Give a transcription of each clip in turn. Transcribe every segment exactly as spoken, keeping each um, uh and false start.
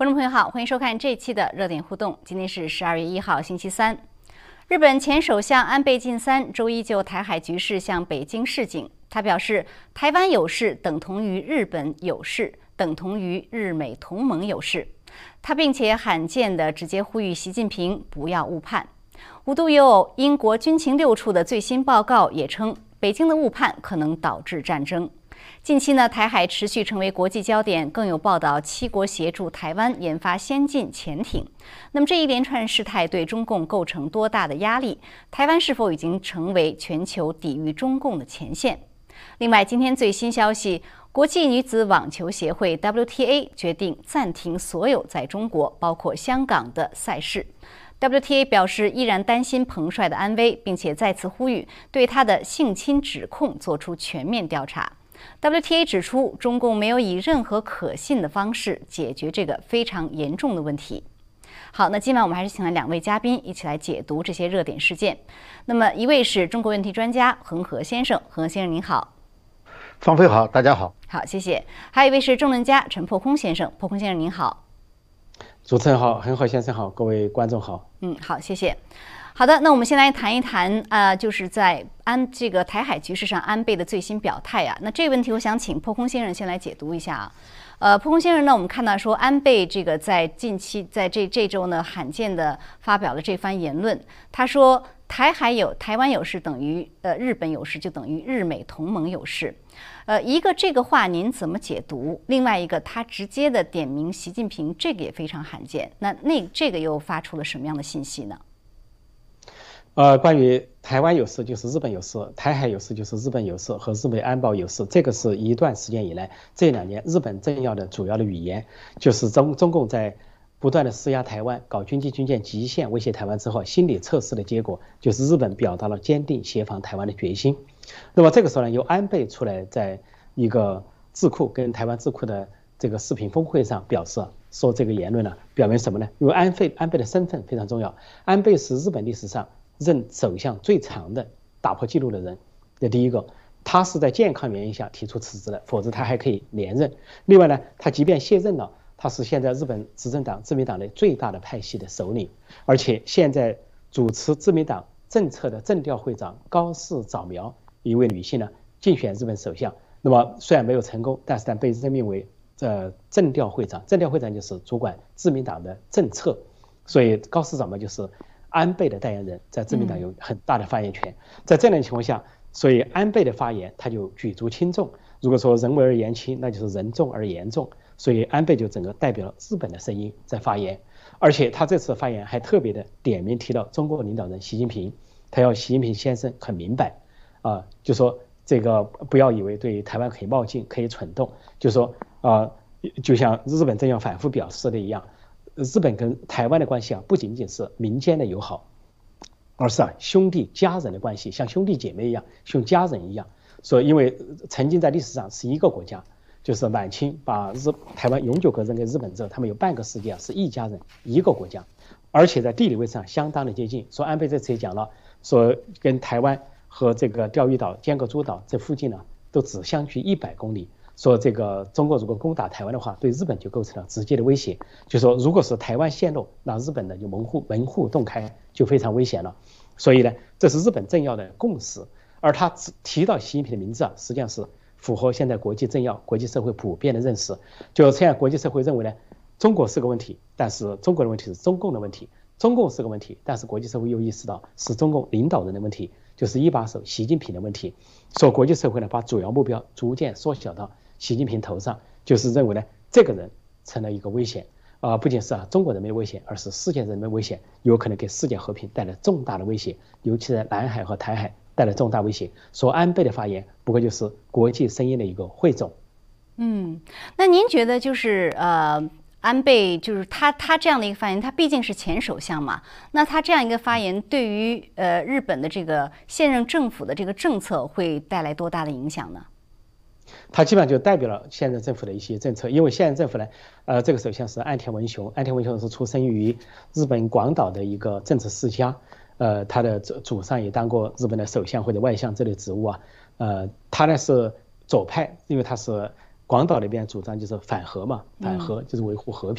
观众朋友好，欢迎收看这一期的热点互动。今天是十二月一号，星期三。日本前首相安倍晋三周一就台海局势向北京示警，他表示，台湾有事等同于日本有事，等同于日美同盟有事。他并且罕见地直接呼吁习近平不要误判。无独有偶，英国军情六处的最新报告也称，北京的误判可能导致战争。近期呢，台海持续成为国际焦点，更有报道七国协助台湾研发先进潜艇。那么这一连串事态对中共构成多大的压力？台湾是否已经成为全球抵御中共的前线？另外，今天最新消息，国际女子网球协会 W T A 决定暂停所有在中国，包括香港的赛事。W T A 表示依然担心彭帅的安危，并且再次呼吁对他的性侵指控做出全面调查。W T A 指出，中共没有以任何可信的方式解决这个非常严重的问题。好，那今晚我们还是请来两位嘉宾一起来解读这些热点事件。那么，一位是中国问题专家恒河先生，恒河先生您好。 方飞好，大家好。 好，谢谢。还有一位是政论家陈破空先生，破空先生您好。 主持人好，恒河先生好，各位观众好。 嗯，好，谢谢。好的，那我们先来谈一谈，呃，就是在安这个台海局势上，安倍的最新表态啊。那这个问题，我想请破空先生先来解读一下啊。呃，破空先生呢，我们看到说，安倍这个在近期在这这周呢，罕见的发表了这番言论。他说，台海有台湾有事等于呃日本有事，就等于日美同盟有事。呃，一个这个话您怎么解读？另外一个，他直接的点名习近平，这个也非常罕见。那那这个又发出了什么样的信息呢？ 呃，关于台湾有事就是日本有事，台海有事就是日本有事和日美安保有事，这个是一段时间以来这两年日本政要的主要的语言，就是中中共在不断的施压台湾，搞军机军舰极限威胁台湾之后，心理测试的结果就是日本表达了坚定协防台湾的决心。那么这个时候呢，由安倍出来在一个智库跟台湾智库的这个视频峰会上表示。说这个言论呢，表明什么呢？因为安倍安倍的身份非常重要，安倍是日本历史上任首相最长的打破纪录的人。这第一个，他是在健康原因下提出辞职的，否则他还可以连任。另外呢，他即便卸任了，他是现在日本执政党自民党的最大的派系的首领，而且现在主持自民党政策的政调会长高市早苗一位女性呢，竞选日本首相。那么虽然没有成功，但是呢被任命为呃，政调会长，政调会长就是主管自民党的政策，所以高市早苗就是安倍的代言人，在自民党有很大的发言权。在这样的情况下，所以安倍的发言他就举足轻重。如果说人为而言轻，那就是人重而言重。所以安倍就整个代表了日本的声音在发言，而且他这次发言还特别的点名提到中国领导人习近平，他要习近平先生很明白，啊、呃，就说这个不要以为对台湾可以冒进，可以蠢动，就说。啊、呃，就像日本政要反复表示的一样，日本跟台湾的关系啊，不仅仅是民间的友好，而是啊兄弟家人的关系，像兄弟姐妹一样，像家人一样。所以，因为曾经在历史上是一个国家，就是满清把日台湾永久割让给日本之后，他们有半个世界啊是一家人，一个国家，而且在地理位置上相当的接近。说安倍这次也讲了，说跟台湾和这个钓鱼岛、尖阁诸岛这附近呢，都只相距一百公里。说这个中国如果攻打台湾的话，对日本就构成了直接的威胁。就说如果是台湾陷落，那日本呢就门户门户洞开，就非常危险了。所以呢，这是日本政要的共识。而他提到习近平的名字啊，实际上是符合现在国际政要、国际社会普遍的认识。就现在国际社会认为呢，中国是个问题，但是中国的问题是中共的问题；中共是个问题，但是国际社会又意识到是中共领导人的问题，就是一把手习近平的问题。所以国际社会呢，把主要目标逐渐缩小到习近平头上，就是认为呢，这个人成了一个危险啊、呃，不仅是啊中国人民危险，而是世界人民危险，有可能给世界和平带来重大的威胁，尤其在南海和台海带来重大威胁。说安倍的发言不过就是国际声音的一个汇总。 嗯，那您觉得就是呃，安倍就是他他这样的一个发言，他毕竟是前首相嘛，那他这样一个发言对于呃日本的这个现任政府的这个政策会带来多大的影响呢？ 他基本上就代表了现任政府的一些政策，因为现任政府呢，呃，这个首相是岸田文雄，岸田文雄是出生于日本广岛的一个政治世家，呃，他的祖上也当过日本的首相或者外相这类职务啊，呃，他呢是左派，因为他是广岛那边主张就是反核嘛，反核就是维护和平，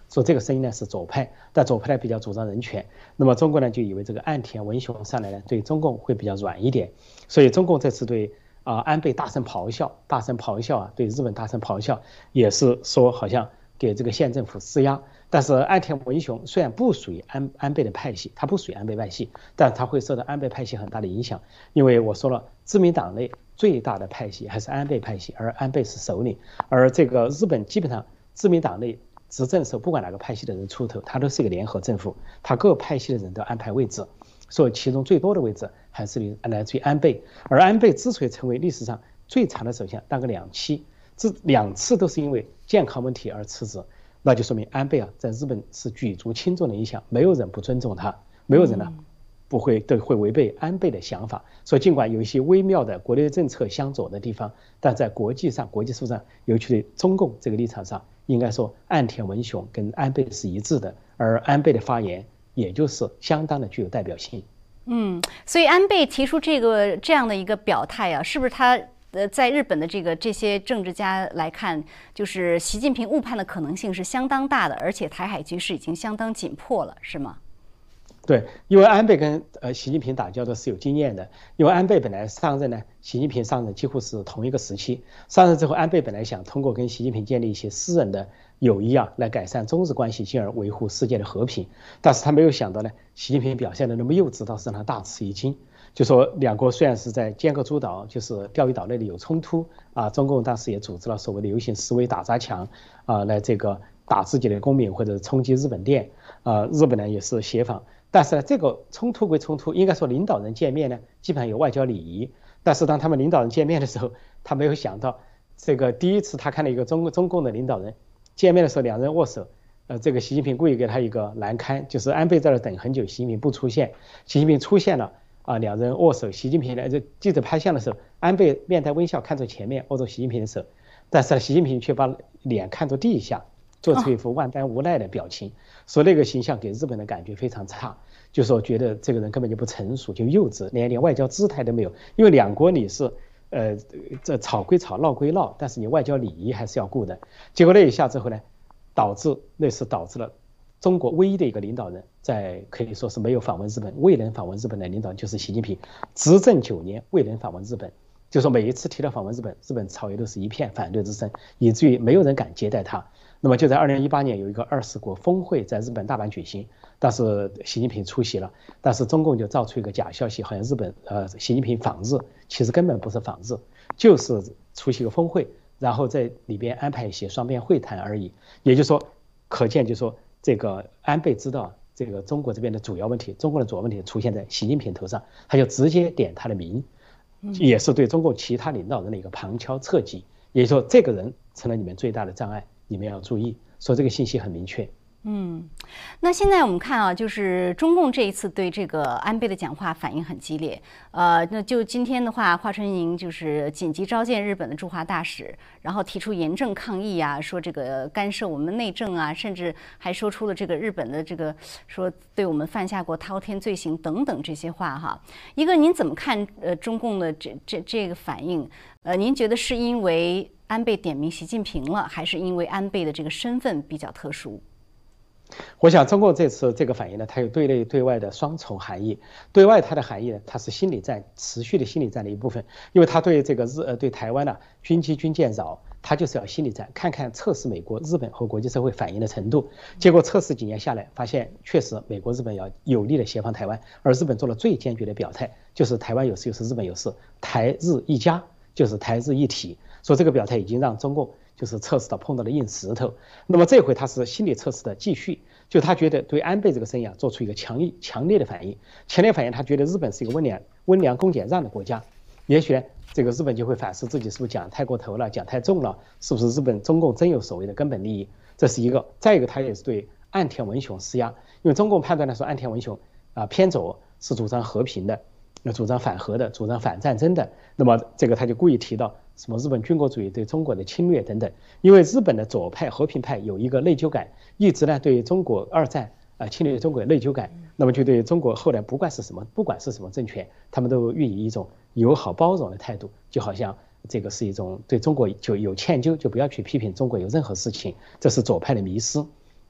说这个声音呢是左派，但左派呢比较主张人权。那么中国呢就以为这个岸田文雄上来呢对中共会比较软一点，所以中共这次对啊、呃、安倍大声咆哮，大声咆哮啊，对日本大声咆哮，也是说好像给这个县政府施压。但是岸田文雄虽然不属于安安倍的派系，他不属于安倍派系，但他会受到安倍派系很大的影响，因为我说了，自民党内最大的派系还是安倍派系，而安倍是首领，而这个日本基本上自民党内执政的时候，不管哪个派系的人出头，他都是一个联合政府，他各派系的人都安排位置，所以其中最多的位置还是来自于安倍，而安倍之所以成为历史上最长的首相，当个两期，这两次都是因为健康问题而辞职。那就说明安倍啊，在日本是举足轻重的影响，没有人不尊重他，没有人呢不会对会违背安倍的想法。所以尽管有一些微妙的国内政策相左的地方，但在国际上、国际事务上，尤其对中共这个立场上，应该说岸田文雄跟安倍是一致的，而安倍的发言也就是相当的具有代表性。 嗯，所以安倍提出这个这样的一个表态啊，是不是他？呃，在日本的这个这些政治家来看，就是习近平误判的可能性是相当大的，而且台海局势已经相当紧迫了，是吗？ 对，因为安倍跟呃习近平打交道是有经验的，因为安倍本来上任呢，习近平上任几乎是同一个时期，上任之后，安倍本来想通过跟习近平建立一些私人的友谊啊，来改善中日关系，进而维护世界的和平，但是他没有想到呢，习近平表现的那么幼稚，倒是让他大吃一惊。就说两国虽然是在尖阁诸岛，就是钓鱼岛那里有冲突啊，中共当时也组织了所谓的游行示威打砸抢啊，来这个打自己的公民或者冲击日本店啊，日本呢也是协防，但是呢这个冲突归冲突，应该说领导人见面呢基本上有外交礼仪，但是当他们领导人见面的时候，他没有想到这个第一次他看到一个中中共的领导人见面的时候，两人握手。呃，这个习近平故意给他一个难堪，就是安倍在那等很久，习近平不出现，习近平出现了。啊，两人握手，习近平呢，这记者拍相的时候，安倍面带微笑看着前面，握着习近平的手，但是习近平却把脸看着地下，做出一副万般无奈的表情，说那个形象给日本的感觉非常差，就说觉得这个人根本就不成熟，就幼稚，连连外交姿态都没有。因为两国你是，呃，这吵归吵，闹归闹，但是你外交礼仪还是要顾的。结果那一下之后呢，导致那是导致了。中国唯一的一个领导人，在可以说是没有访问日本、未能访问日本的领导人就是习近平，执政九年未能访问日本，就说每一次提到访问日本，日本朝野都是一片反对之声，以至于没有人敢接待他。那么就在二零一八年有一个二十国峰会在日本大阪举行，但是习近平出席了，但是中共就造出一个假消息，好像日本呃习近平访日，其实根本不是访日，就是出席一个峰会，然后在里边安排一些双边会谈而已。也就是说，可见就是说。这个安倍知道这个中国这边的主要问题，中国的主要问题出现在习近平头上，他就直接点他的名，也是对中国其他领导人的一个旁敲侧击。也就是说，这个人成了你们最大的障碍，你们要注意。说这个信息很明确。 嗯，那现在我们看啊，就是中共这一次对这个安倍的讲话反应很激烈。呃，那就今天的话，华春莹就是紧急召见日本的驻华大使，然后提出严正抗议啊，说这个干涉我们内政啊，甚至还说出了这个日本的这个说对我们犯下过滔天罪行等等这些话哈。一个您怎么看呃中共的这这这个反应？呃，您觉得是因为安倍点名习近平了，还是因为安倍的这个身份比较特殊？ 我想中共这次这个反应呢，它有对内对外的双重含义。对外它的含义呢，它是心理战，持续的心理战的一部分，因为它对这个日呃对台湾呢、啊、军机军舰扰，它就是要心理战，看看测试美国、日本和国际社会反应的程度。结果测试几年下来，发现确实美国、日本要有力的协防台湾，而日本做了最坚决的表态，就是台湾有事就是日本有事，台日一家就是台日一体。所以这个表态已经让中共就是测试到碰到了硬石头。那么这回他是心理测试的继续，就他觉得对安倍这个声音啊做出一个强烈强烈的反应，强烈反应他觉得日本是一个温良温良恭俭让的国家，也许呢这个日本就会反思自己是不是讲太过头了，讲太重了，是不是日本中共真有所谓的根本利益，这是一个。再一个他也是对岸田文雄施压，因为中共判断来说岸田文雄啊偏左，是主张和平的，主张反核的，主张反战争的，那么这个他就故意提到什么日本军国主义对中国的侵略等等。因为日本的左派和平派有一个内疚感，一直呢对中国二战啊、呃、侵略中国有内疚感，那么就对中国后来不管是什么不管是什么政权，他们都予以一种友好包容的态度，就好像这个是一种对中国就有歉疚，就不要去批评中国有任何事情，这是左派的迷思。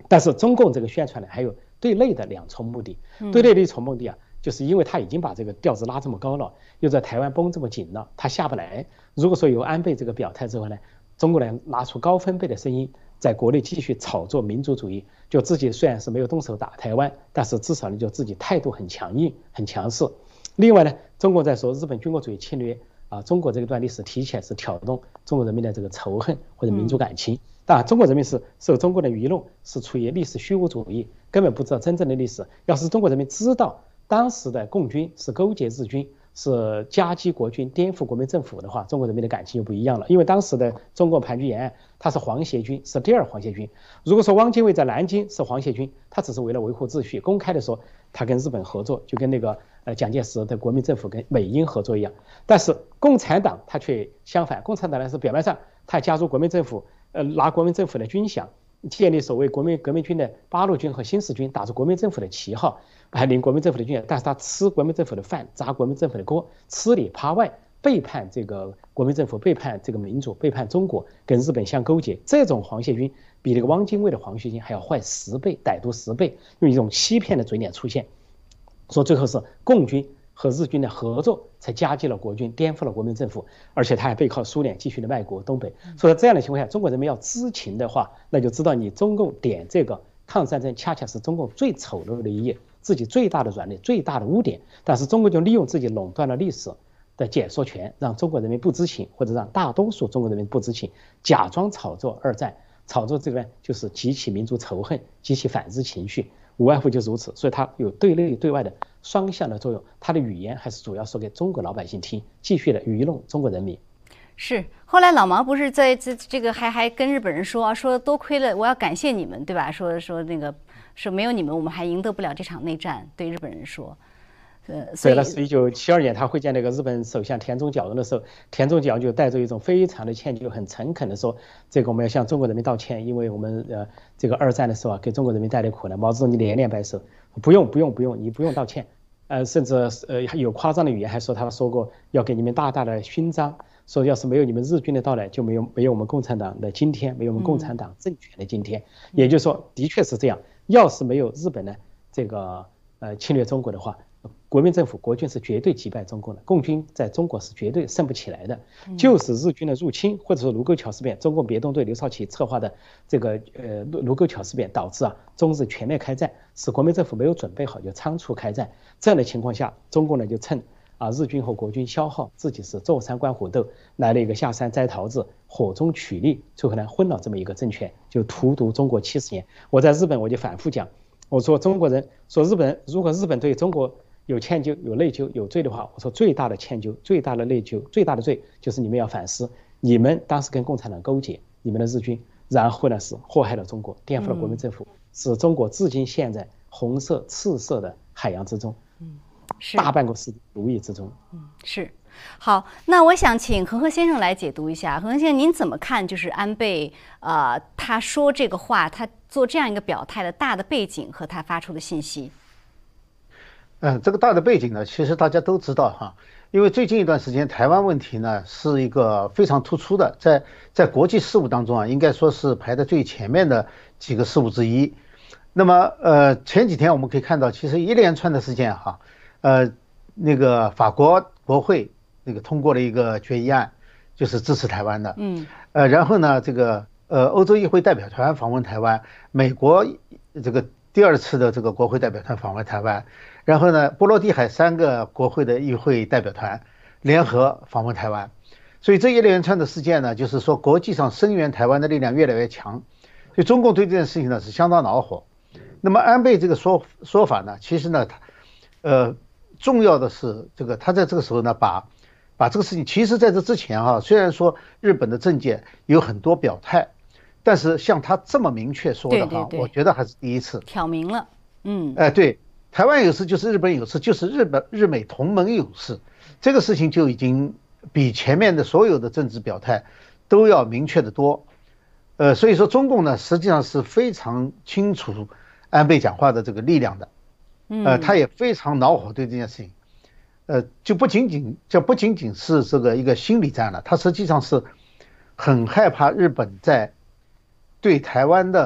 但是中共这个宣传呢，还有对内的两重目的。对内的一重目的啊，就是因为他已经把这个调子拉这么高了，又在台湾绷这么紧了，他下不来。如果说有安倍这个表态之后呢，中国人拿出高分贝的声音，在国内继续炒作民族主义，就自己虽然是没有动手打台湾，但是至少呢就自己态度很强硬、很强势。另外呢，中国在说日本军国主义侵略啊，中国这段历史提起来是挑动中国人民的这个仇恨或者民族感情。当然，中国人民是受中国的愚弄，是处于历史虚无主义，根本不知道真正的历史。要是中国人民知道当时的共军是勾结日军，是夹击国军、颠覆国民政府的话，中国人民的感情就不一样了。因为当时的中共盘踞延安，他是皇协军，是第二皇协军。如果说汪精卫在南京是皇协军，他只是为了维护秩序，公开的说他跟日本合作，就跟那个呃蒋介石的国民政府跟美英合作一样。但是共产党他却相反，共产党呢是表面上他加入国民政府，呃拿国民政府的军饷，建立所谓国民革命军的八路军和新四军，打着国民政府的旗号，还领国民政府的军饷，但是他吃国民政府的饭，砸国民政府的锅，吃里扒外，背叛这个国民政府，背叛这个民主，背叛中国，跟日本相勾结。这种皇协军比那个汪精卫的皇协军还要坏十倍，歹毒十倍，用一种欺骗的嘴脸出现，说最后是共军和日军的合作才夹击了国军，颠覆了国民政府，而且他还背靠苏联继续的卖国东北。所以在这样的情况下，中国人民要知情的话，那就知道你中共点这个抗日战争恰恰是中共最丑陋的一页，自己最大的软肋，最大的污点。但是中国就利用自己垄断了历史的解说权，让中国人民不知情，或者让大多数中国人民不知情，假装炒作二战，炒作这个呢就是激起民族仇恨，激起反日情绪，无外乎就是如此。所以它有对内对外的双向的作用，它的语言还是主要说给中国老百姓听，继续的愚弄中国人民。 是，后来老毛不是在这这个还还跟日本人说说多亏了，我要感谢你们，对吧？说说那个说没有你们，我们还赢得不了这场内战，对日本人说。呃，所以那是一九七二年他会见那个日本首相田中角荣的时候，田中角荣就带着一种非常的歉疚，很诚恳的说，这个我们要向中国人民道歉，因为我们呃这个二战的时候啊，给中国人民带来苦难。毛泽东你连连摆手，不用不用不用，你不用道歉。呃，甚至呃有夸张的语言，还说他说过要给你们大大的勋章，说要是没有你们日军的到来，就没有没有我们共产党的今天，没有我们共产党政权的今天。嗯、也就是说，的确是这样。要是没有日本的这个呃侵略中国的话，国民政府国军是绝对击败中共的，共军在中国是绝对胜不起来的。就是日军的入侵，或者说卢沟桥事变，中共别动队刘少奇策划的这个呃卢卢沟桥事变，导致啊中日全面开战，使国民政府没有准备好就仓促开战。这样的情况下，中共呢就趁啊日军和国军消耗，自己是坐山观虎斗，来了一个下山摘桃子，火中取栗，最后呢昏了这么一个政权，就荼毒中国七十年。我在日本我就反复讲，我说中国人说日本人，如果日本对中国有歉疚、有内疚、有罪的话，我说最大的歉疚、最大的内疚、最大的罪就是你们要反思，你们当时跟共产党勾结，你们的日军，然后呢是祸害了中国，颠覆了国民政府，嗯、使中国至今陷在红色、赤色的海洋之中，嗯，是大半个世纪奴役之中。 嗯，是。好，那我想请恒河先生来解读一下，恒河先生您怎么看？就是安倍呃他说这个话，他做这样一个表态的大的背景和他发出的信息。 嗯，这个大的背景呢，其实大家都知道哈，因为最近一段时间台湾问题呢是一个非常突出的，在在国际事务当中啊，应该说是排在最前面的几个事务之一。那么呃前几天我们可以看到，其实一连串的事件哈，呃那个法国国会那个通过了一个决议案，就是支持台湾的，嗯，呃然后呢这个呃欧洲议会代表团访问台湾，美国这个第二次的这个国会代表团访问台湾。然后呢，波罗的海三个国会的议会代表团联合访问台湾，所以这一连串的事件呢，就是说国际上声援台湾的力量越来越强，所以中共对这件事情呢是相当恼火。那么安倍这个说说法呢，其实呢，他呃重要的是这个他在这个时候呢，把把这个事情，其实在这之前哈、啊，虽然说日本的政界有很多表态，但是像他这么明确说的哈，我觉得还是第一次挑明了，嗯， 哎、呃、对。台湾有事就是日本有事，就是日本日美同盟有事，这个事情就已经比前面的所有的政治表态都要明确得多。呃，所以说中共呢实际上是非常清楚安倍讲话的这个力量的，呃，他也非常恼火对这件事情，呃，就不仅仅就不仅仅是这个一个心理战了，他实际上是很害怕日本在对台湾的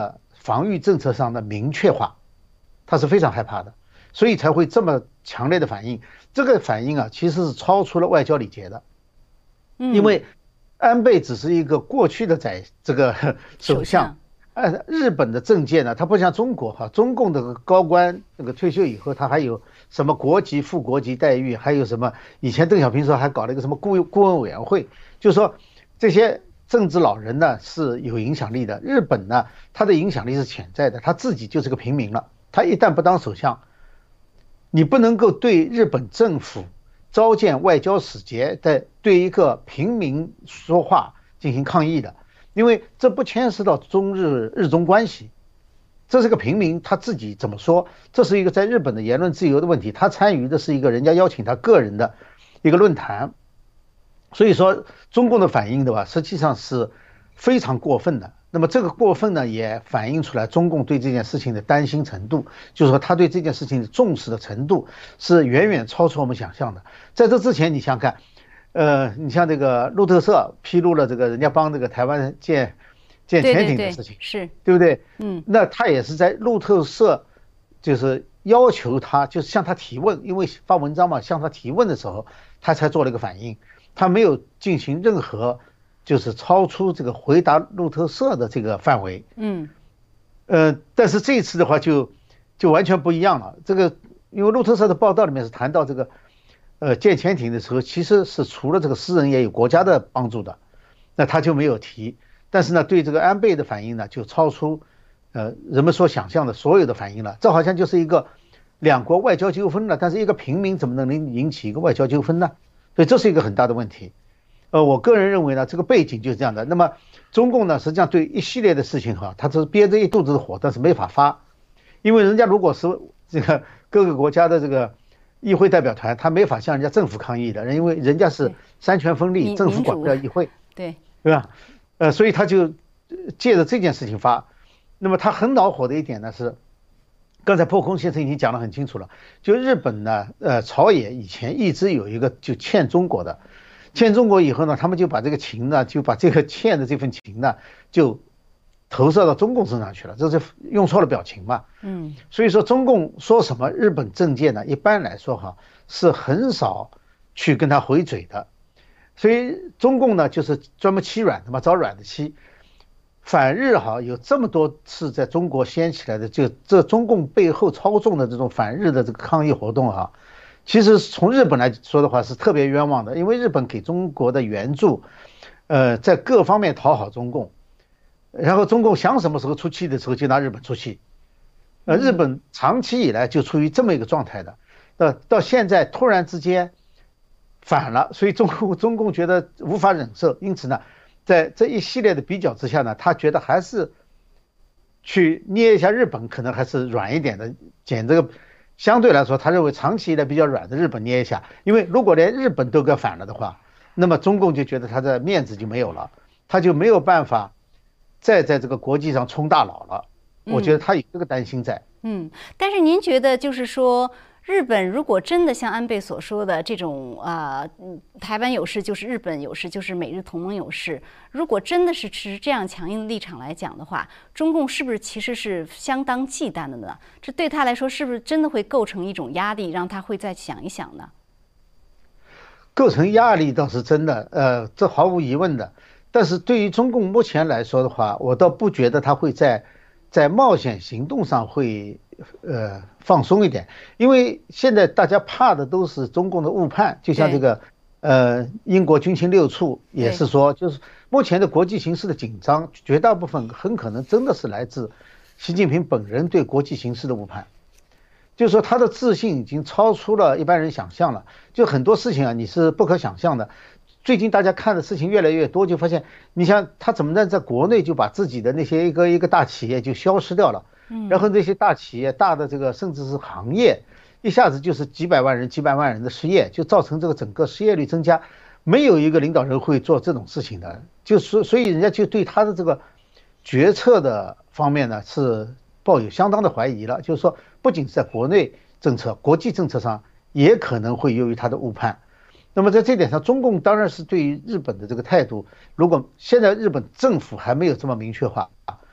防御政策上的明确化，他是非常害怕的，所以才会这么强烈的反应。这个反应啊，其实是超出了外交礼节的，因为安倍只是一个过去的在这个首相，呃，日本的政界呢，他不像中国哈，中共的高官那个退休以后，他还有什么国籍、副国籍待遇，还有什么以前邓小平说还搞了一个什么顾顾问委员会，就是说这些政治老人呢是有影响力的。日本呢，他的影响力是潜在的，他自己就是个平民了，他一旦不当首相，你不能够对日本政府召见外交使节的对一个平民说话进行抗议的，因为这不牵涉到中日日中关系，这是个平民他自己怎么说，这是一个在日本的言论自由的问题，他参与的是一个人家邀请他个人的一个论坛，所以说中共的反应的话，实际上是非常过分的。那么这个过分呢，也反映出来中共对这件事情的担心程度，就是说他对这件事情的重视的程度是远远超出我们想象的。在这之前，你想想看，呃，你像这个路透社披露了这个人家帮这个台湾建建潜艇的事情， 对对对，是， 对不对？ 嗯， 那他也是在路透社就是要求他，就是向他提问，因为发文章嘛，向他提问的时候，他才做了一个反应，他没有进行任何。就是超出这个回答路透社的这个范围， 嗯， 呃，但是这次的话就就完全不一样了。这个因为路透社的报道里面是谈到这个，呃，建潜艇的时候，其实是除了这个私人也有国家的帮助的，那他就没有提。但是呢，对这个安倍的反应呢，就超出呃人们所想象的所有的反应了。这好像就是一个两国外交纠纷了，但是一个平民怎么能引起一个外交纠纷呢？所以这是一个很大的问题。呃，我个人认为呢，这个背景就是这样的。那么中共呢，实际上对一系列的事情哈，他只是憋着一肚子的火，但是没法发，因为人家如果是这个各个国家的这个议会代表团，他没法向人家政府抗议的，因为人家是三权分立，政府管不了议会， 对对吧？呃，所以他就借着这件事情发。那么他很恼火的一点呢是，刚才破空先生已经讲得很清楚了，就日本呢，呃，朝野以前一直有一个就欠中国的。欠中国以后呢，他们就把这个情呢，就把这个欠的这份情呢，就投射到中共身上去了，这是用错了表情嘛。 嗯， 所以说中共说什么，日本政界呢，一般来说哈是很少去跟他回嘴的。所以中共呢就是专门欺软的嘛，找软的欺。反日哈有这么多次在中国掀起来的，就这中共背后操纵的这种反日的这个抗议活动哈。其实从日本来说的话是特别冤枉的，因为日本给中国的援助，呃，在各方面讨好中共，然后中共想什么时候出气的时候就拿日本出气，呃，日本长期以来就处于这么一个状态的，呃，到现在突然之间反了，所以中共中共觉得无法忍受，因此呢，在这一系列的比较之下呢，他觉得还是去捏一下日本，可能还是软一点的，捡这个。相对来说，他认为长期以来比较软的日本捏一下，因为如果连日本都给反了的话，那么中共就觉得他的面子就没有了，他就没有办法再在这个国际上冲大佬了。我觉得他有这个担心在。 嗯，但是您觉得就是说，日本如果真的像安倍所说的这种啊、呃，台湾有事就是日本有事，就是美日同盟有事，如果真的是持这样强硬的立场来讲的话，中共是不是其实是相当忌惮的呢？这对他来说是不是真的会构成一种压力，让他会再想一想呢？ 构成压力倒是真的，呃，这毫无疑问的。但是对于中共目前来说的话，我倒不觉得他会在在冒险行动上会呃放松一点，因为现在大家怕的都是中共的误判，就像这个呃英国军情六处也是说，就是目前的国际形势的紧张，绝大部分很可能真的是来自习近平本人对国际形势的误判。就是说他的自信已经超出了一般人想象了，就很多事情啊你是不可想象的。最近大家看的事情越来越多，就发现你像他怎么能在国内就把自己的那些一个一个大企业就消失掉了，然后那些大企业大的这个甚至是行业一下子就是几百万人几百万人的失业，就造成这个整个失业率增加，没有一个领导人会做这种事情的，就是所以人家就对他的这个决策的方面呢是抱有相当的怀疑了，就是说不仅是在国内政策国际政策上也可能会由于他的误判。那么在这点上，中共当然是对于日本的这个态度，如果现在日本政府还没有这么明确化，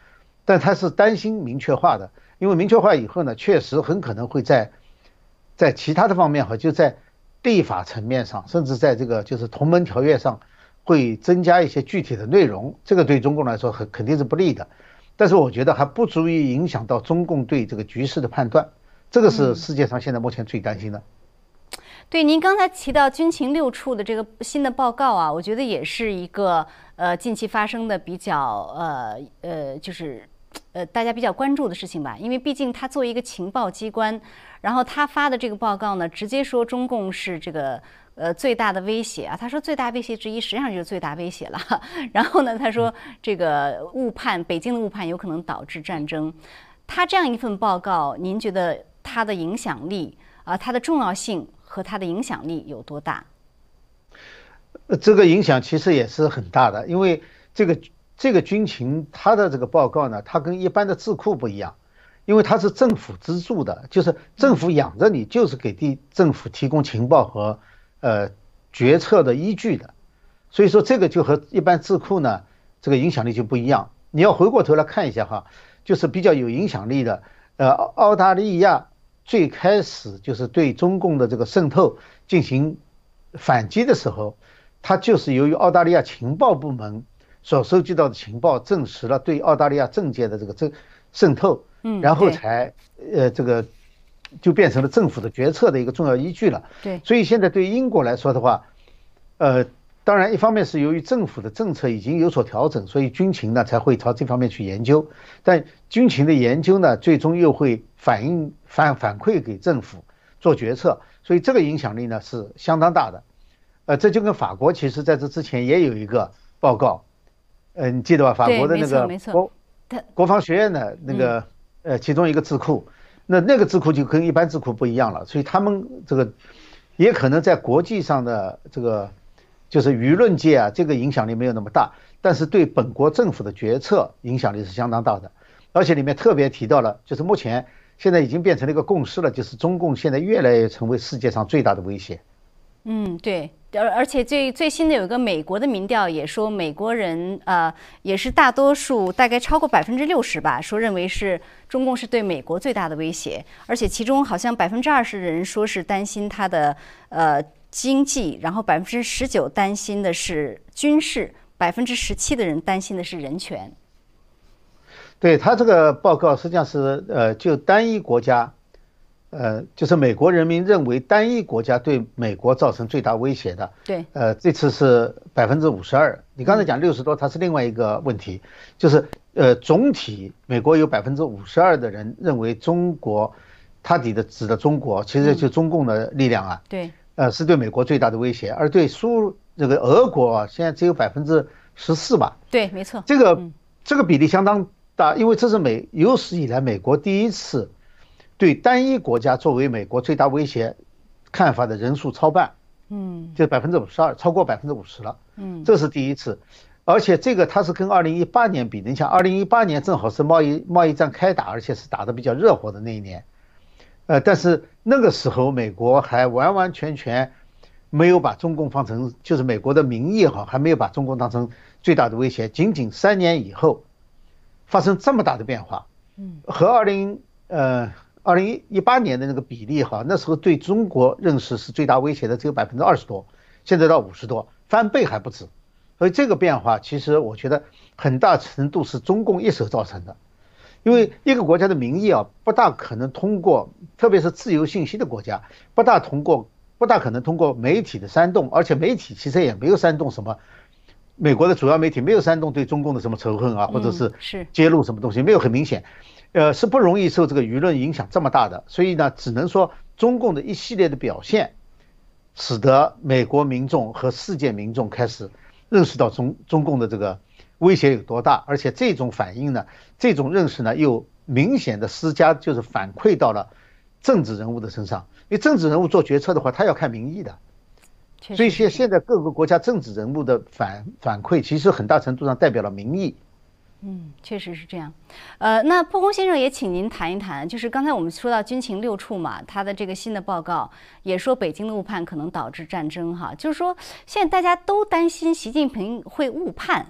但他是担心明确化的，因为明确化以后呢，确实很可能会在在其他的方面哈，就在立法层面上，甚至在这个就是同盟条约上，会增加一些具体的内容，这个对中共来说很肯定是不利的。但是我觉得还不足以影响到中共对这个局势的判断，这个是世界上现在目前最担心的。 对，您刚才提到军情六处的这个新的报告啊，我觉得也是一个呃近期发生的比较呃呃就是呃大家比较关注的事情吧。因为毕竟他作为一个情报机关，然后他发的这个报告呢，直接说中共是这个呃最大的威胁啊。他说最大威胁之一实际上就是最大威胁了。然后呢，他说这个误判，北京的误判有可能导致战争。他这样一份报告，您觉得它的影响力啊，它的重要性和它的影响力有多大？ 这个影响其实也是很大的，因为这个这个军情它的这个报告呢，它跟一般的智库不一样，因为它是政府资助的，就是政府养着你，就是给地政府提供情报和呃决策的依据的，所以说这个就和一般智库呢这个影响力就不一样。你要回过头来看一下哈，就是比较有影响力的，呃，澳大利亚最开始就是对中共的这个渗透进行反击的时候，它就是由于澳大利亚情报部门所收集到的情报证实了对澳大利亚政界的这个渗渗透， 嗯， 然后才呃这个就变成了政府的决策的一个重要依据了。 对， 所以现在对英国来说的话，呃，当然一方面是由于政府的政策已经有所调整，所以军情呢才会朝这方面去研究，但军情的研究呢，最终又会反映反反馈给政府做决策，所以这个影响力呢是相当大的。呃，这就跟法国其实在这之前也有一个报告，呃，你记得吧？法国的那个国国防学院的那个呃其中一个智库，那那个智库就跟一般智库不一样了，所以他们这个也可能在国际上的这个就是舆论界啊，这个影响力没有那么大，但是对本国政府的决策影响力是相当大的。而且里面特别提到了，就是目前现在已经变成了一个共识了，就是中共现在越来越成为世界上最大的威胁。 嗯，对，而而且最最新的有一个美国的民调也说，美国人呃也是大多数，大概超过百分之六十吧，说认为是中共是对美国最大的威胁，而且其中好像百分之二十的人说是担心它的呃经济，然后百分之十九担心的是军事，百分之十七的人担心的是人权。 对，他这个报告实际上是呃就单一国家。呃，就是美国人民认为单一国家对美国造成最大威胁的， 对， 呃，这次是百分之五十二。你刚才讲六十多，它是另外一个问题，就是呃，总体美国有百分之五十二的人认为中国，他指的指的中国，其实就中共的力量啊， 对， 呃，是对美国最大的威胁，而对苏这个俄国啊，现在只有百分之十四吧， 对，没错， 这个这个比例相当大，因为这是美有史以来美国第一次。对单一国家作为美国最大威胁看法的人数超半， 嗯， 就百分之五十二，超过百分之五十了， 嗯， 这是第一次，而且这个它是跟二零一八年比的，你想二零一八年正好是贸易贸易战开打，而且是打得比较热火的那一年，呃，但是那个时候美国还完完全全没有把中共放成，就是美国的民意哈，还没有把中共当成最大的威胁，仅仅三年以后发生这么大的变化， 嗯， 和二零呃。二零一八年的那个比例哈，那时候对中国认识是最大威胁的只有百分之二十多，现在到五十多，翻倍还不止。所以这个变化其实我觉得很大程度是中共一手造成的，因为一个国家的民意啊，不大可能通过，特别是自由信息的国家，不大通过，不大可能通过媒体的煽动，而且媒体其实也没有煽动什么。美国的主要媒体没有煽动对中共的什么仇恨啊，或者是揭露什么东西，没有很明显。呃，是不容易受这个舆论影响这么大的，所以呢，只能说中共的一系列的表现，使得美国民众和世界民众开始认识到中中共的这个威胁有多大，而且这种反应呢，这种认识呢，又明显的施加，就是反馈到了政治人物的身上，因为政治人物做决策的话，他要看民意的，所以现现在各个国家政治人物的反反馈，其实很大程度上代表了民意。 嗯，确实是这样。呃，那破空先生也请您谈一谈，就是刚才我们说到军情六处嘛，他的这个新的报告也说北京的误判可能导致战争哈，就是说现在大家都担心习近平会误判，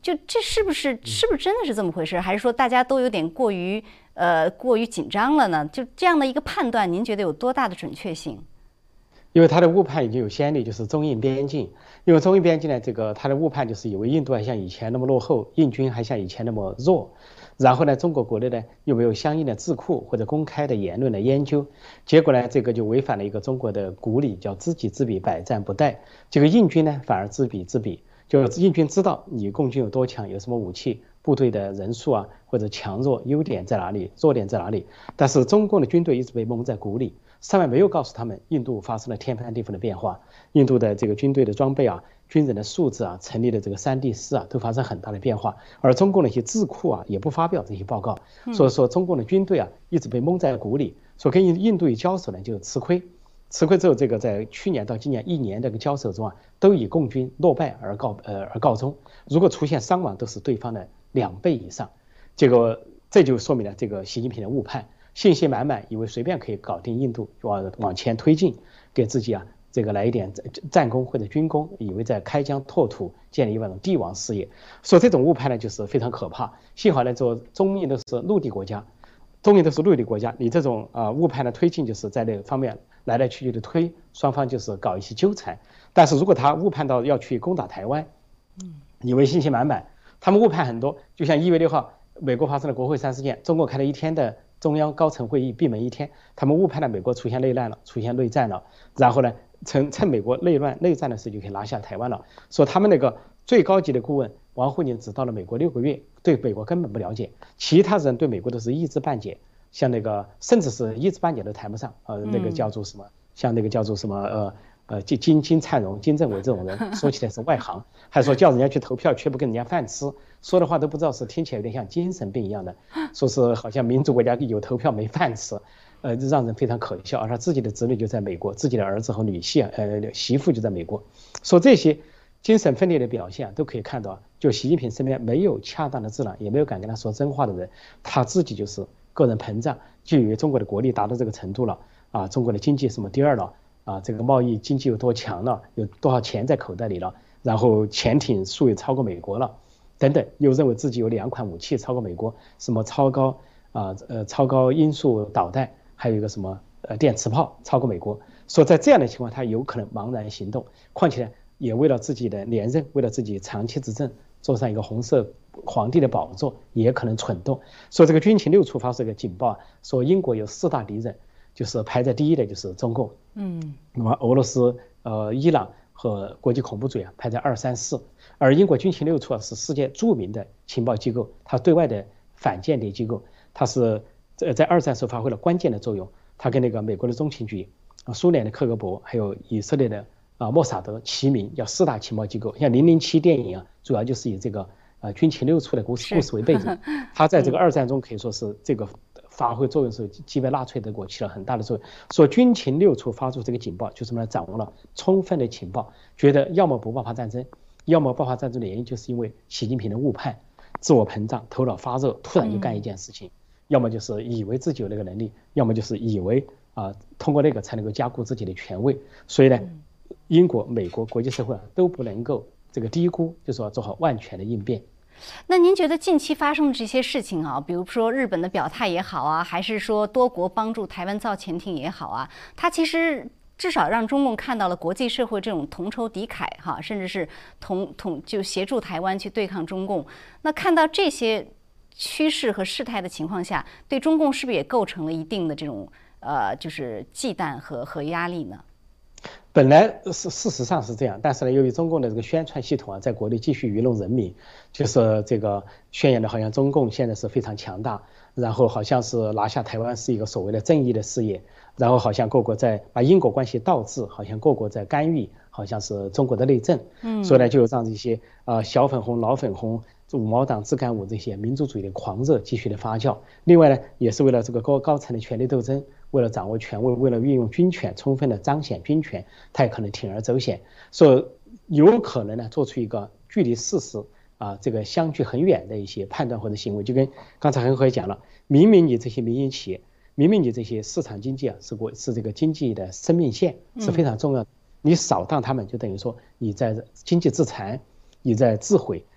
就这是不是是不是真的是这么回事？还是说大家都有点过于呃过于紧张了呢？就这样的一个判断，您觉得有多大的准确性？ 因为他的误判已经有先例，就是中印边境。因为中印边境呢，这个他的误判就是以为印度还像以前那么落后，印军还像以前那么弱。然后呢，中国国内呢又没有相应的智库或者公开的言论的研究，结果呢，这个就违反了一个中国的古礼，叫知己知彼，百战不殆。这个印军呢反而知彼知彼，就印军知道你共军有多强，有什么武器，部队的人数啊，或者强弱，优点在哪里，弱点在哪里。但是中共的军队一直被蒙在鼓里。上面没有告诉他们，印度发生了天翻地覆的变化，印度的这个军队的装备啊，军人的素质啊，成立的这个三地师啊，都发生很大的变化。而中共的一些智库啊，也不发表这些报告，所以说中共的军队啊，一直被蒙在鼓里，所以跟印印度一交手呢，就吃亏。吃亏之后，这个在去年到今年一年这个交手中啊，都以共军落败而告呃而告终。如果出现伤亡，都是对方的两倍以上。这个这就说明了这个习近平的误判。信心满满，以为随便可以搞定印度，往往前推进，给自己啊这个来一点战功或者军功，以为在开疆拓土，建立一种帝王事业。所以这种误判呢，就是非常可怕。幸好呢，做中印都是陆地国家，中印都是陆地国家，你这种啊、呃、误判的推进，就是在那方面来来去去的推，双方就是搞一些纠缠。但是如果他误判到要去攻打台湾，嗯，以为信心满满，他们误判很多，就像一月六号美国发生了国会山事件，中国开了一天的中央高层会议闭门一天，他们误判了美国出现内乱了，出现内战了，然后呢，趁趁美国内乱内战的时候就可以拿下台湾了。说他们那个最高级的顾问王沪宁只到了美国六个月，对美国根本不了解，其他人对美国都是一知半解，像那个甚至是一知半解都谈不上，呃，那个叫做什么，像那个叫做什么，呃。呃，金金金灿荣、金正伟这种人，说起来是外行，还说叫人家去投票，却不跟人家饭吃，说的话都不知道是听起来有点像精神病一样的，说是好像民主国家有投票没饭吃，呃，让人非常可笑。而他自己的子女就在美国，自己的儿子和女婿，呃，媳妇就在美国，说这些精神分裂的表现都可以看到，就习近平身边没有恰当的智囊，也没有敢跟他说真话的人，他自己就是个人膨胀，就以为中国的国力达到这个程度了啊，中国的经济什么第二了。啊，这个贸易经济有多强了，有多少钱在口袋里了，然后潜艇数也超过美国了，等等，又认为自己有两款武器超过美国，什么超高啊呃超高音速导弹，还有一个什么呃电磁炮超过美国，说在这样的情况他有可能茫然行动，况且也为了自己的连任，为了自己长期执政，坐上一个红色皇帝的宝座，也可能蠢动。说这个军情六处发出一个警报，说英国有四大敌人。就是排在第一的就是中共，嗯，那么俄罗斯、呃伊朗和国际恐怖主义啊排在二三四，而英国军情六处啊是世界著名的情报机构，它对外的反间谍机构，它是在在二战时候发挥了关键的作用，它跟那个美国的中情局、啊苏联的克格勃还有以色列的啊莫萨德齐名，叫四大情报机构。像零零七电影啊，主要就是以这个呃军情六处的故事故事为背景，它在这个二战中可以说是这个。发挥作用是击败纳粹德国起了很大的作用。说军情六处发出这个警报，就是我们掌握了充分的情报，觉得要么不爆发战争，要么爆发战争的原因就是因为习近平的误判、自我膨胀、头脑发热，突然就干一件事情；嗯、要么就是以为自己有那个能力，要么就是以为啊、呃、通过那个才能够加固自己的权威。所以呢，英国、美国、国际社会啊都不能够这个低估，就是说做好万全的应变。 那您觉得近期发生的这些事情啊，比如说日本的表态也好啊，还是说多国帮助台湾造潜艇也好啊，它其实至少让中共看到了国际社会这种同仇敌忾哈，甚至是同同就协助台湾去对抗中共。那看到这些趋势和事态的情况下，对中共是不是也构成了一定的这种呃就是忌惮和和压力呢？ 本来是事实上是这样，但是呢，由于中共的这个宣传系统啊，在国内继续愚弄人民，就是这个宣扬的好像中共现在是非常强大，然后好像是拿下台湾是一个所谓的正义的事业，然后好像各国在把因果关系倒置，好像各国在干预，好像是中国的内政，嗯，所以呢，就让这些呃小粉红、老粉红、五毛党、自干五这些民族主义的狂热继续的发酵。另外呢，也是为了这个高高层的权力斗争。为了掌握权威，为了运用军权，充分的彰显军权，他也可能铤而走险，所以有可能呢做出一个距离事实啊这个相距很远的一些判断或者行为。就跟刚才恒河也讲了，明明你这些民营企业，明明你这些市场经济啊是国是这个经济的生命线是非常重要的，嗯、你扫荡他们，就等于说你在经济自残，你在自毁，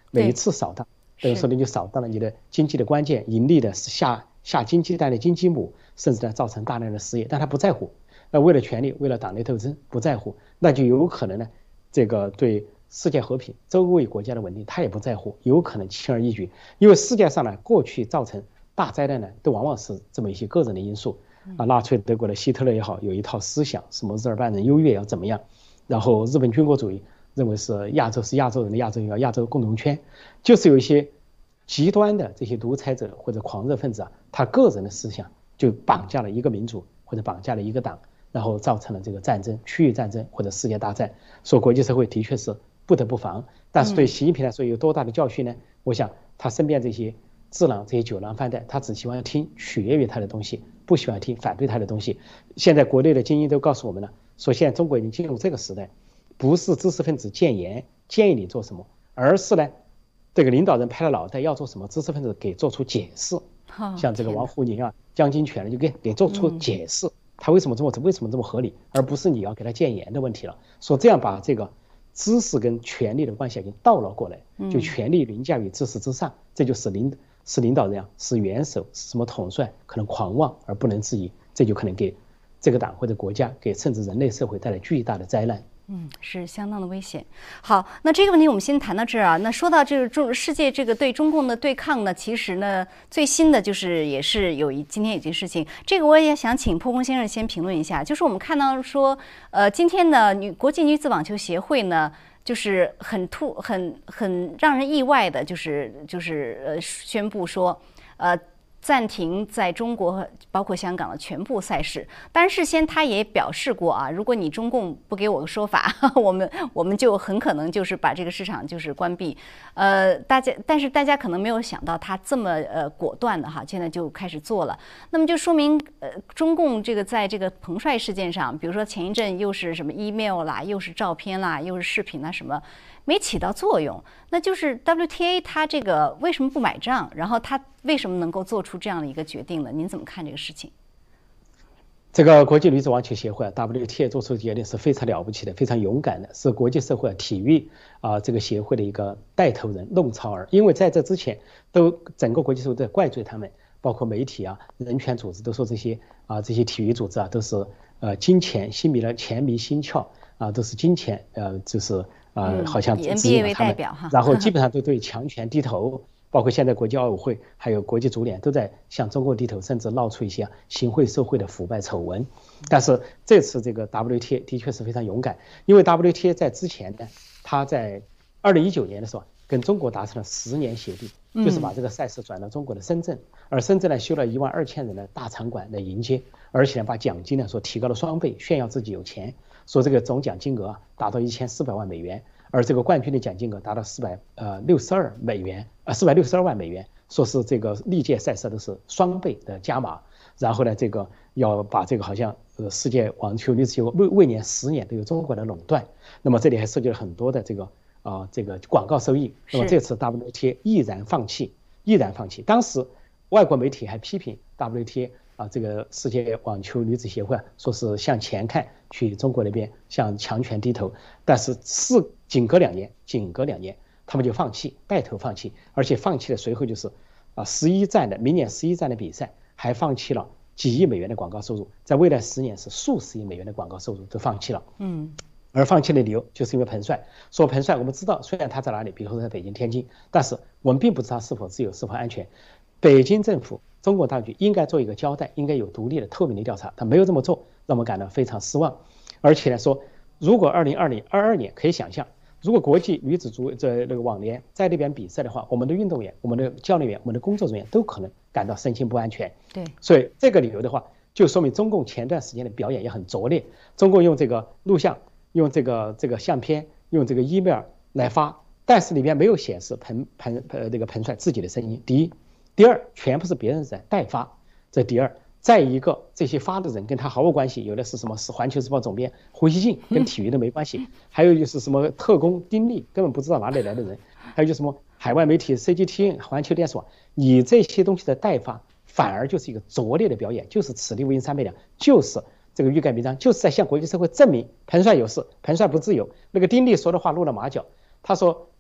每一次扫荡，等于说你就扫荡了你的经济的关键，盈利的下下经济带的经济母，甚至呢造成大量的失业，但他不在乎。那为了权力，为了党内斗争，不在乎，那就有可能呢，这个对世界和平、周围国家的稳定，他也不在乎，有可能轻而易举。因为世界上呢，过去造成大灾难呢，都往往是这么一些个人的因素啊。纳粹德国的希特勒也好，有一套思想，什么日耳曼人优越要怎么样，然后日本军国主义认为是亚洲是亚洲人的亚洲要亚洲共同圈，就是有一些极端的这些独裁者或者狂热分子啊，他个人的思想就绑架了一个民族或者绑架了一个党。然后造成了这个战争、区域战争或者世界大战，说国际社会的确是不得不防。但是对习近平来说有多大的教训呢？我想他身边这些智囊、这些酒囊饭袋，他只喜欢听取悦于他的东西，不喜欢听反对他的东西。现在国内的精英都告诉我们了，说现在中国已经进入这个时代，不是知识分子建言建议你做什么，而是呢，这个领导人拍了脑袋要做什么，知识分子给做出解释。像这个王沪宁啊、江金泉就给给做出解释。他为什么这么为什么这么合理，而不是你要给他建言的问题了。说这样把这个知识跟权力的关系已经倒了过来，就权力凌驾于知识之上，这就是领是领导人啊，是元首，是什么统帅，可能狂妄而不能自已，这就可能给这个党或者国家，给甚至人类社会带来巨大的灾难。 嗯，是相当的危险。好，那这个问题我们先谈到这儿啊。那说到这个中世界这个对中共的对抗呢，其实呢最新的就是也是有一今天有件事情，这个我也想请破空先生先评论一下。就是我们看到说，呃，今天呢女国际女子网球协会呢，就是很突很很让人意外的，就是就是呃宣布说，呃。暂停在中国包括香港的全部赛事，当然事先他也表示过啊，如果你中共不给我个说法，我们我们就很可能就是把这个市场就是关闭。呃，大家但是大家可能没有想到他这么呃果断的哈，现在就开始做了。那么就说明呃中共这个在这个彭帅事件上，比如说前一阵又是什么 email 啦，又是照片啦，又是视频啦什么。没起到作用，那就是 W T A 它这个为什么不买账？然后它为什么能够做出这样的一个决定呢？您怎么看这个事情？ 这个国际女子网球协会啊 W T A 做出决定是非常了不起的，非常勇敢的，是国际社会体育啊这个协会的一个带头人、弄潮儿。因为在这之前，都整个国际社会在怪罪他们，包括媒体啊、人权组织都说这些啊这些体育组织啊都是呃金钱心迷了钱迷心窍啊，都是金钱呃就是。呃，好像指引了他们，然后基本上都对强权低头，包括现在国际奥委会还有国际足联都在向中国低头，甚至闹出一些行贿受贿的腐败丑闻。但是这次这个 W T A 的确是非常勇敢，因为 W T A 在之前呢，他在二零一九年的时候跟中国达成了十年协定，就是把这个赛事转到中国的深圳，而深圳呢修了一万二千人的大场馆来迎接，而且呢把奖金呢说提高了双倍，炫耀自己有钱。说这个总奖金额啊达到一千四百万美元，而这个冠军的奖金额达到四百呃六十二美元啊四百六十二万美元，说是这个历届赛事都是双倍的加码。然后呢，这个要把这个好像呃世界网球女子协会未未年十年都有中国的垄断，那么这里还涉及了很多的这个啊、呃、这个广告收益。那么这次 W T A 毅然放弃，毅然放弃。当时外国媒体还批评 W T A。啊，这个世界网球女子协会啊，说是向前看，去中国那边向强权低头。但是是仅隔两年，仅隔两年，他们就放弃，带头放弃，而且放弃了随后就是啊十一站的明年十一站的比赛，还放弃了几亿美元的广告收入，在未来十年是数十亿美元的广告收入都放弃了。嗯，而放弃的理由就是因为彭帅，说彭帅我们知道，虽然他在哪里，比如说在北京、天津，但是我们并不知道他是否自由、是否安全。北京政府。中国当局应该做一个交代，应该有独立的透明的调查，他没有这么做，让我们感到非常失望。而且呢说，如果二零二零二二年可以想象，如果国际女子足这那个网联在那边比赛的话，我们的运动员、我们的教练员、我们的工作人员都可能感到身心不安全。 对， 所以这个理由的话，就说明中共前段时间的表演也很拙劣。中共用这个录像、用这个这个相片、用这个 email 来发，但是里面没有显示彭彭呃这个彭帅自己的声音。第一。第二，全部是别人在代发，这第二。再一个，这些发的人跟他毫无关系，有的是什么是环球时报总编胡锡进，跟体育都没关系；还有就是什么特工丁力，根本不知道哪里来的人；还有就是什么海外媒体 C G T N 环球电视网，你这些东西的代发，反而就是一个拙劣的表演，就是此地无银三百两，就是这个欲盖弥彰，就是在向国际社会证明彭帅有事，彭帅不自由。那个丁力说的话露了马脚，他说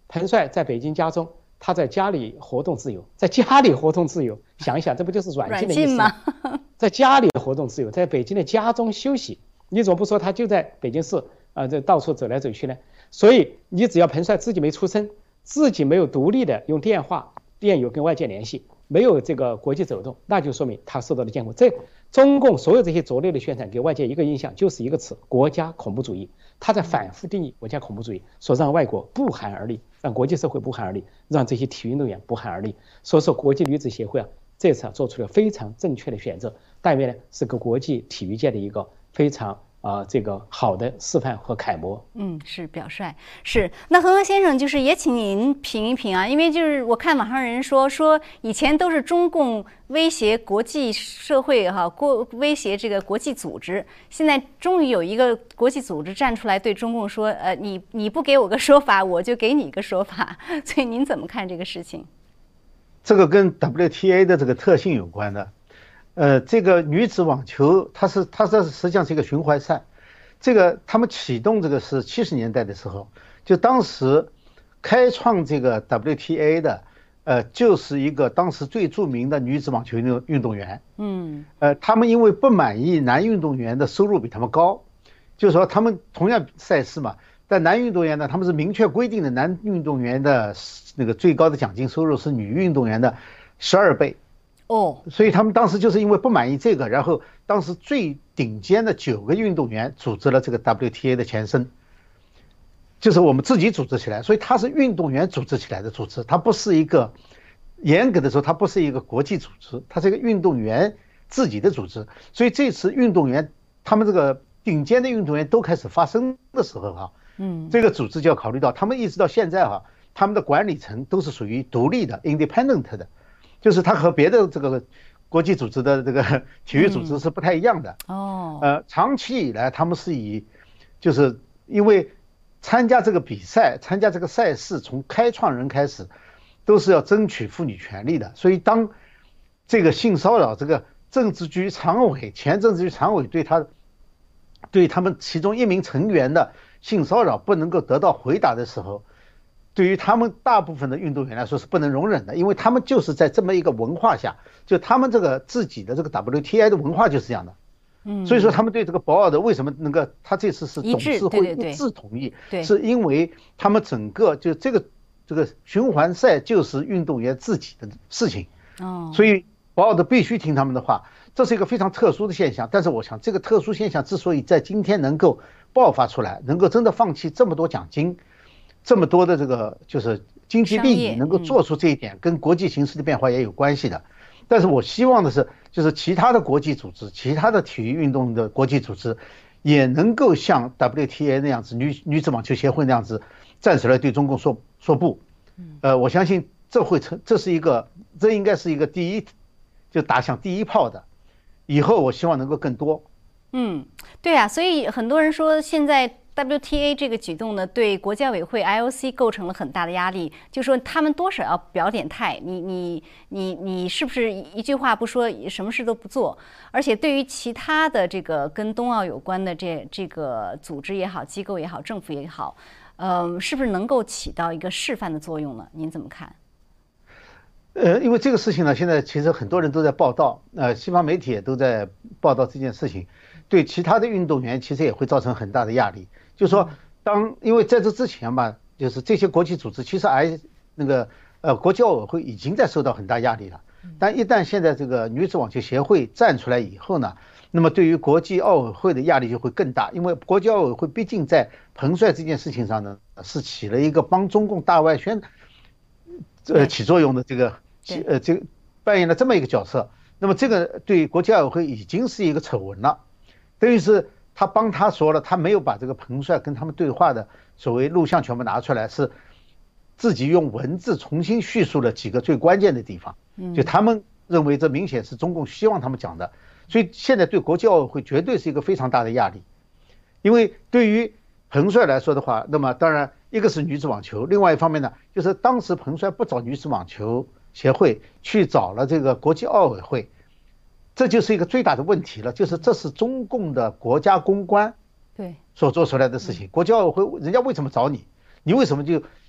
彭帅在北京家中，他在家里活动自由，在家里活动自由，想一想，这不就是软禁的意思吗？在家里活动自由，在北京的家中休息，你怎么不说他就在北京市啊，这到处走来走去呢？所以你只要彭帅自己没出声，自己没有独立的用电话、电邮跟外界联系，没有这个国际走动，那就说明他受到了监控。这中共所有这些拙劣的宣传给外界一个印象，就是一个词：国家恐怖主义。他在反复定义国家恐怖主义，说让外国不寒而栗，让国际社会不寒而栗，让这些体育运动员不寒而栗。所以说，国际女子协会啊，这次啊做出了非常正确的选择，但愿呢是个国际体育界的一个非常啊、呃、这个好的示范和楷模。 嗯，是表率是。那何恒先生，就是也请您评一评啊，因为就是我看网上人说说以前都是中共威胁国际社会哈、啊，国威胁这个国际组织，现在终于有一个国际组织站出来对中共说，呃，你你不给我个说法，我就给你一个说法。所以您怎么看这个事情？ 这个跟 W T A 的这个特性有关的。呃，这个女子网球，它是它这实际上是一个循环赛。这个他们启动这个是七十年代的时候，就当时开创这个 W T A 的，呃，就是一个当时最著名的女子网球运动运动员。嗯，呃，他们因为不满意男运动员的收入比他们高，就是说他们同样赛事嘛，但男运动员呢，他们是明确规定的，男运动员的那个最高的奖金收入是女运动员的十二倍。哦，所以他们当时就是因为不满意这个，然后当时最顶尖的九个运动员组织了这个 W T A 的前身，就是我们自己组织起来，所以它是运动员组织起来的组织，它不是一个严格的说，它不是一个国际组织，它是一个运动员自己的组织。所以这次运动员他们这个顶尖的运动员都开始发声的时候哈，嗯，这个组织就要考虑到，他们一直到现在哈，他们的管理层都是属于独立的 independent 的。就是它和别的这个国际组织的这个体育组织是不太一样的。哦，呃，长期以来他们是以，就是因为参加这个比赛、参加这个赛事，从开创人开始，都是要争取妇女权利的。所以当这个性骚扰，这个政治局常委、前政治局常委对他、对他们其中一名成员的性骚扰不能够得到回答的时候，对于他们大部分的运动员来说是不能容忍的，因为他们就是在这么一个文化下，就他们这个自己的这个 W T A 的文化就是这样的。嗯，所以说他们对这个博尔的为什么能够，他这次是董事会一致同意，是因为他们整个就这个这个循环赛就是运动员自己的事情。哦，所以博尔的必须听他们的话，这是一个非常特殊的现象。但是我想这个特殊现象之所以在今天能够爆发出来，能够真的放弃这么多奖金，这么多的这个就是经济利益能够做出这一点，跟国际形势的变化也有关系的。但是我希望的是，就是其他的国际组织、其他的体育运动的国际组织，也能够像 W T A 那样子，女女子网球协会那样子站出来对中共说说不。呃，我相信这会成，这是一个，这应该是一个第一，就打响第一炮的。以后我希望能够更多。 嗯，对啊，所以很多人说现在W T A 这个举动呢，对国际奥委会 I O C 构成了很大的压力，就说他们多少要表点态，你你你你是不是一句话不说，什么事都不做？而且对于其他的这个跟冬奥有关的这这个组织也好、机构也好、政府也好，呃，是不是能够起到一个示范的作用呢？您怎么看？ 呃，因为这个事情呢，现在其实很多人都在报道，呃，西方媒体也都在报道这件事情，对其他的运动员其实也会造成很大的压力。就是说，当因为在这之前吧，就是这些国际组织其实还那个呃国际奥委会已经在受到很大压力了，但一旦现在这个女子网球协会站出来以后呢，那么对于国际奥委会的压力就会更大，因为国际奥委会毕竟在彭帅这件事情上呢是起了一个帮中共大外宣呃起作用的这个呃这个扮演了这么一个角色，那么这个对国际奥委会已经是一个丑闻了，等于是。他帮他说了，他没有把这个彭帅跟他们对话的所谓录像全部拿出来，是自己用文字重新叙述了几个最关键的地方。就他们认为这明显是中共希望他们讲的，所以现在对国际奥委会绝对是一个非常大的压力。因为对于彭帅来说的话，那么当然一个是女子网球，另外一方面呢，就是当时彭帅不找女子网球协会，去找了这个国际奥委会。这就是一个最大的问题了，就是这是中共的国家公关对所做出来的事情。国际奥委会人家为什么找你？你为什么就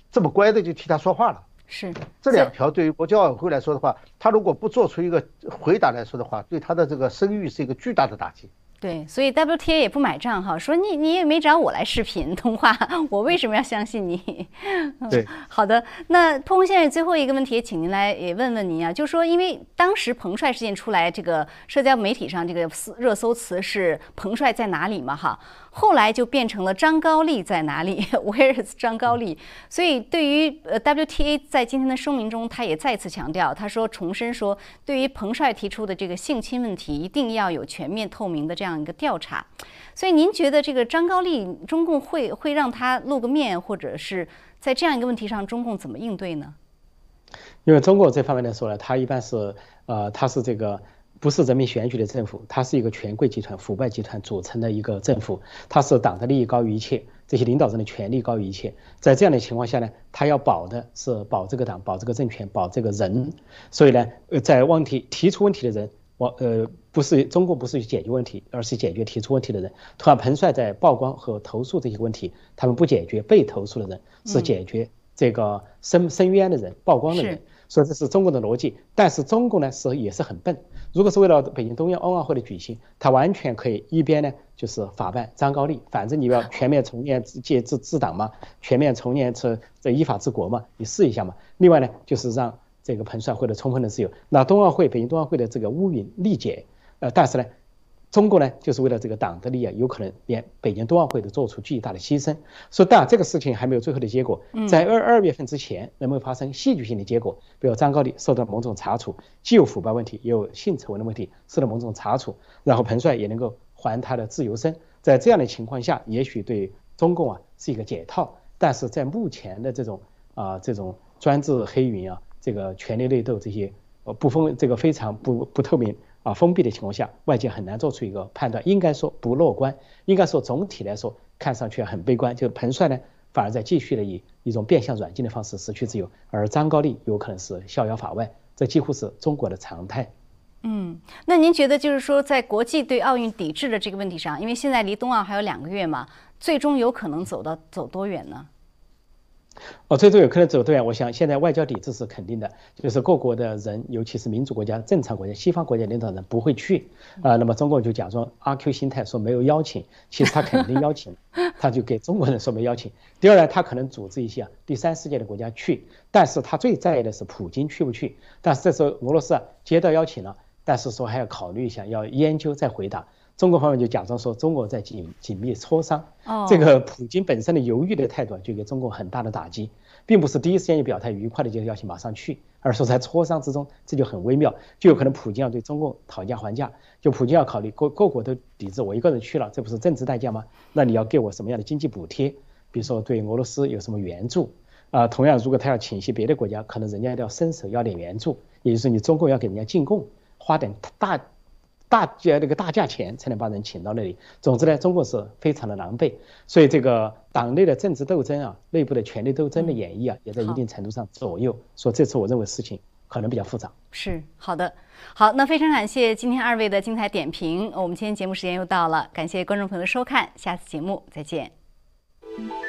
这么乖的就替他说话了。 是这两条对于国际奥委会来说的话，他如果不做出一个回答来说的话，对他的这个声誉是一个巨大的打击。 对，所以 W T A 也不买账哈，说你你也没找我来视频通话，我为什么要相信你？ 对， 好的，那破空先生最后一个问题也请您来也问问您啊，就是说因为当时彭帅事件出来，这个社交媒体上这个热搜词是彭帅在哪里嘛哈，后来就变成了张高丽在哪里 ？Where is 张高丽？所以对于呃 W T A 在今天的声明中，他也再次强调，他说重申说，对于彭帅提出的这个性侵问题，一定要有全面透明的这样。这样一个调查，所以您觉得这个张高丽，中共会会让他露个面，或者是在这样一个问题上，中共怎么应对呢？ 因为中国这方面来说呢，它一般是呃，它是这个不是人民选举的政府，它是一个权贵集团、腐败集团组成的一个政府，它是党的利益高于一切，这些领导人的权利高于一切。在这样的情况下呢，他要保的是保这个党、保这个政权、保这个人，所以呢，呃，在问题提出问题的人。我呃不是中共不是去解决问题，而是解决提出问题的人。同样，彭帅在曝光和投诉这些问题，他们不解决被投诉的人，是解决这个申申冤的人、曝光的人。所以这是中国的逻辑。但是中共呢是也是很笨。如果是为了北京冬奥会的举行，他完全可以一边呢就是法办张高丽，反正你要全面重建建制治党嘛，全面重建这这依法治国嘛，你试一下嘛。另外呢就是让。这个彭帅获得充分的自由，那冬奥会、北京冬奥会的这个乌云力解，呃，但是呢，中国呢就是为了这个党的利益，有可能连北京冬奥会都做出巨大的牺牲。所以，当然这个事情还没有最后的结果，在二二月份之前能不能发生戏剧性的结果？比如张高丽受到某种查处，既有腐败问题，也有性丑闻的问题，受到某种查处，然后彭帅也能够还他的自由身。在这样的情况下，也许对中共啊是一个解套，但是在目前的这种啊、呃、这种专制黑云啊。这个权力内斗这些呃不封这个非常不不透明啊封闭的情况下，外界很难做出一个判断。应该说不乐观，应该说总体来说看上去很悲观。就是彭帅呢反而在继续的以一种变相软禁的方式失去自由，而张高丽有可能是逍遥法外，这几乎是中国的常态。 嗯，那您觉得就是说，在国际对奥运抵制的这个问题上，因为现在离冬奥还有两个月嘛，最终有可能走到走多远呢？ 哦，最终有可能走多远？我想现在外交抵制是肯定的，就是各国的人，尤其是民主国家、正常国家、西方国家领导人不会去啊、呃。那么中国就假装阿 Q 心态说没有邀请，其实他肯定邀请，他就给中国人说没邀请。第二呢，他可能组织一些第三世界的国家去，但是他最在意的是普京去不去。但是这时候俄罗斯啊接到邀请了，但是说还要考虑一下，要研究再回答。中国方面就假装说中国在紧紧密磋商，这个普京本身的犹豫的态度就给中国很大的打击，并不是第一时间就表态愉快的就邀请马上去，而是在磋商之中，这就很微妙，就有可能普京要对中共讨价还价，就普京要考虑各各国都抵制，我一个人去了，这不是政治代价吗？那你要给我什么样的经济补贴？比如说对俄罗斯有什么援助啊、呃？同样，如果他要请一些别的国家，可能人家要伸手要点援助，也就是你中共要给人家进贡，花点大。大价那个大价钱才能把人请到那里。总之呢，中国是非常的狼狈，所以这个党内的政治斗争啊，内部的权力斗争的演绎啊，也在一定程度上左右。所以这次我认为事情可能比较复杂。 是好的，好，那非常感谢今天二位的精彩点评。我们今天节目时间又到了，感谢观众朋友的收看，下次节目再见。